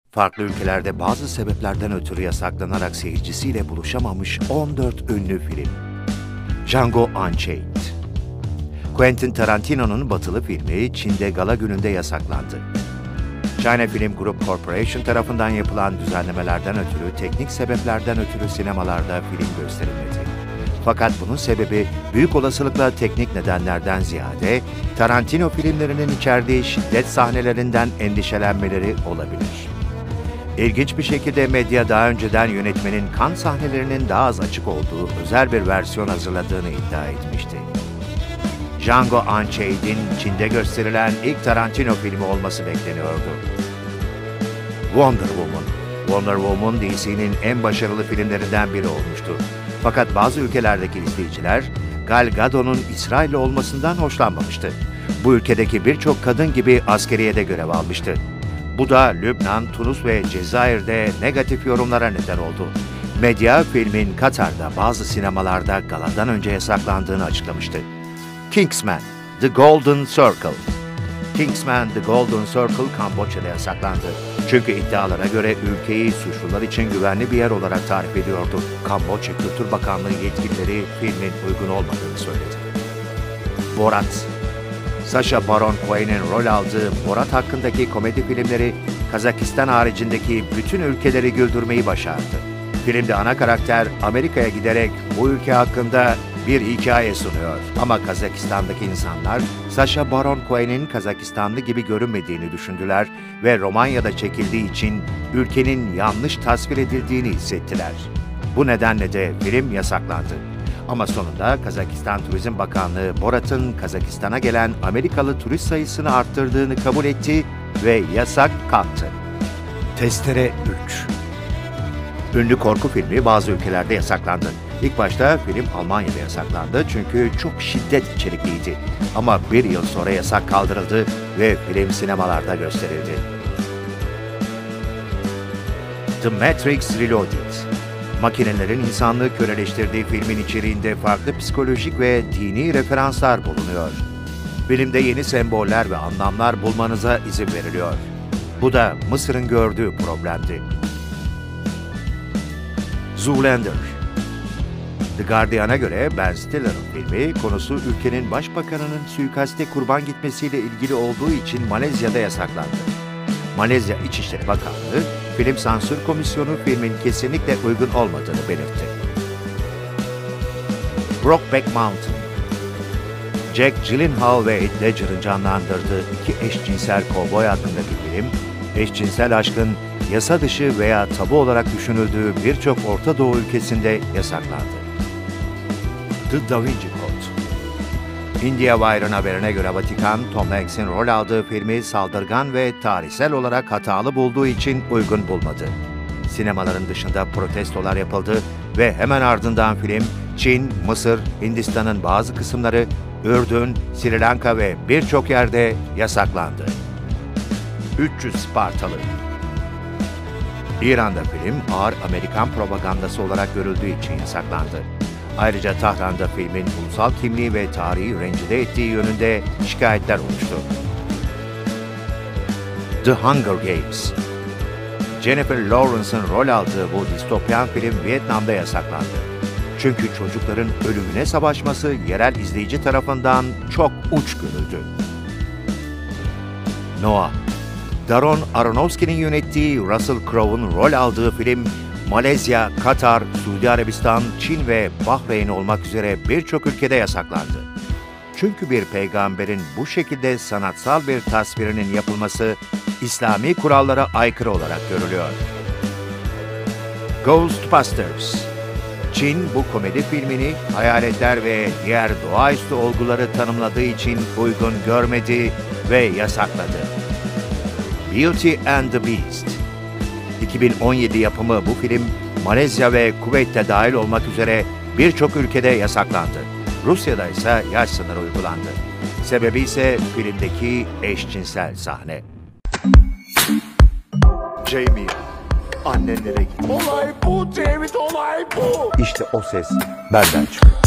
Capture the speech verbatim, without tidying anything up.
Farklı ülkelerde bazı sebeplerden ötürü yasaklanarak seyircisiyle buluşamamış on dört ünlü film. Django Unchained. Quentin Tarantino'nun batılı filmi Çin'de gala gününde yasaklandı. China Film Group Corporation tarafından yapılan düzenlemelerden ötürü teknik sebeplerden ötürü sinemalarda film gösterilmedi. Fakat bunun sebebi büyük olasılıkla teknik nedenlerden ziyade Tarantino filmlerinin içerdiği şiddet sahnelerinden endişelenmeleri olabilir. İlginç bir şekilde medya daha önceden yönetmenin kan sahnelerinin daha az açık olduğu özel bir versiyon hazırladığını iddia etmişti. Django Unchained'in Çin'de gösterilen ilk Tarantino filmi olması bekleniyordu. Wonder Woman. Wonder Woman D C'nin en başarılı filmlerinden biri olmuştu. Fakat bazı ülkelerdeki izleyiciler Gal Gadot'un İsrailli olmasından hoşlanmamıştı. Bu ülkedeki birçok kadın gibi askeriyede görev almıştı. Bu da Lübnan, Tunus ve Cezayir'de negatif yorumlara neden oldu. Medya filmin Katar'da bazı sinemalarda galadan önce yasaklandığını açıklamıştı. Kingsman: The Golden Circle. Kingsman: The Golden Circle Kamboçya'da yasaklandı. Çünkü iddialara göre ülkeyi suçlular için güvenli bir yer olarak tarif ediyordu. Kamboçya Kültür Bakanlığı yetkilileri filmin uygun olmadığını söyledi. Borat. Sacha Baron Cohen'in rol aldığı Borat hakkındaki komedi filmleri Kazakistan haricindeki bütün ülkeleri güldürmeyi başardı. Filmde ana karakter Amerika'ya giderek bu ülke hakkında bir hikaye sunuyor. Ama Kazakistan'daki insanlar Sacha Baron Cohen'in Kazakistanlı gibi görünmediğini düşündüler ve Romanya'da çekildiği için ülkenin yanlış tasvir edildiğini hissettiler. Bu nedenle de film yasaklandı. Ama sonunda Kazakistan Turizm Bakanlığı Borat'ın Kazakistan'a gelen Amerikalı turist sayısını arttırdığını kabul etti ve yasak kalktı. Testere üç. Ünlü korku filmi bazı ülkelerde yasaklandı. İlk başta film Almanya'da yasaklandı çünkü çok şiddet içerikliydi. Ama bir yıl sonra yasak kaldırıldı ve film sinemalarda gösterildi. The Matrix Reloaded. Makinelerin insanlığı köleleştirdiği filmin içeriğinde farklı psikolojik ve dini referanslar bulunuyor. Filmde yeni semboller ve anlamlar bulmanıza izin veriliyor. Bu da Mısır'ın gördüğü problemdi. Zoolander. The Guardian'a göre Ben Stiller'ın filmi konusu ülkenin başbakanının suikaste kurban gitmesiyle ilgili olduğu için Malezya'da yasaklandı. Malezya İçişleri Bakanlığı, Film Sansür Komisyonu filmin kesinlikle uygun olmadığını belirtti. Brokeback Mountain. Jack Gyllenhaal ve Heath Ledger'ın canlandırdığı iki eşcinsel kovboy hakkındaki film, eşcinsel aşkın yasa dışı veya tabu olarak düşünüldüğü birçok Orta Doğu ülkesinde yasaklandı. The Da Vinci Code. India Wire'ın haberine göre Vatikan, Tom Hanks'in rol aldığı filmi saldırgan ve tarihsel olarak hatalı bulduğu için uygun bulmadı. Sinemaların dışında protestolar yapıldı ve hemen ardından film, Çin, Mısır, Hindistan'ın bazı kısımları, Ürdün, Sri Lanka ve birçok yerde yasaklandı. üç yüz Spartalı. İran'da film ağır Amerikan propagandası olarak görüldüğü için yasaklandı. Ayrıca Tahran'da filmin ulusal kimliği ve tarihi rencide ettiği yönünde şikayetler olmuştu. The Hunger Games. Jennifer Lawrence'ın rol aldığı bu distopyan film Vietnam'da yasaklandı. Çünkü çocukların ölümüne savaşması yerel izleyici tarafından çok uç görüldü. Noah. Darren Aronofsky'nin yönettiği Russell Crowe'un rol aldığı film, Malezya, Katar, Suudi Arabistan, Çin ve Bahreyn olmak üzere birçok ülkede yasaklandı. Çünkü bir peygamberin bu şekilde sanatsal bir tasvirinin yapılması İslami kurallara aykırı olarak görülüyor. Ghostbusters. Çin bu komedi filmini hayaletler ve diğer doğaüstü olguları tanımladığı için uygun görmedi ve yasakladı. Beauty and the Beast. iki bin on yedi yapımı bu film, Malezya ve Kuveyt'te dahil olmak üzere birçok ülkede yasaklandı. Rusya'da ise yaş sınırı uygulandı. Sebebi ise filmdeki eşcinsel sahne. Jamie, annenlere git. Olay bu David, olay bu. İşte o ses benden çıkıyor.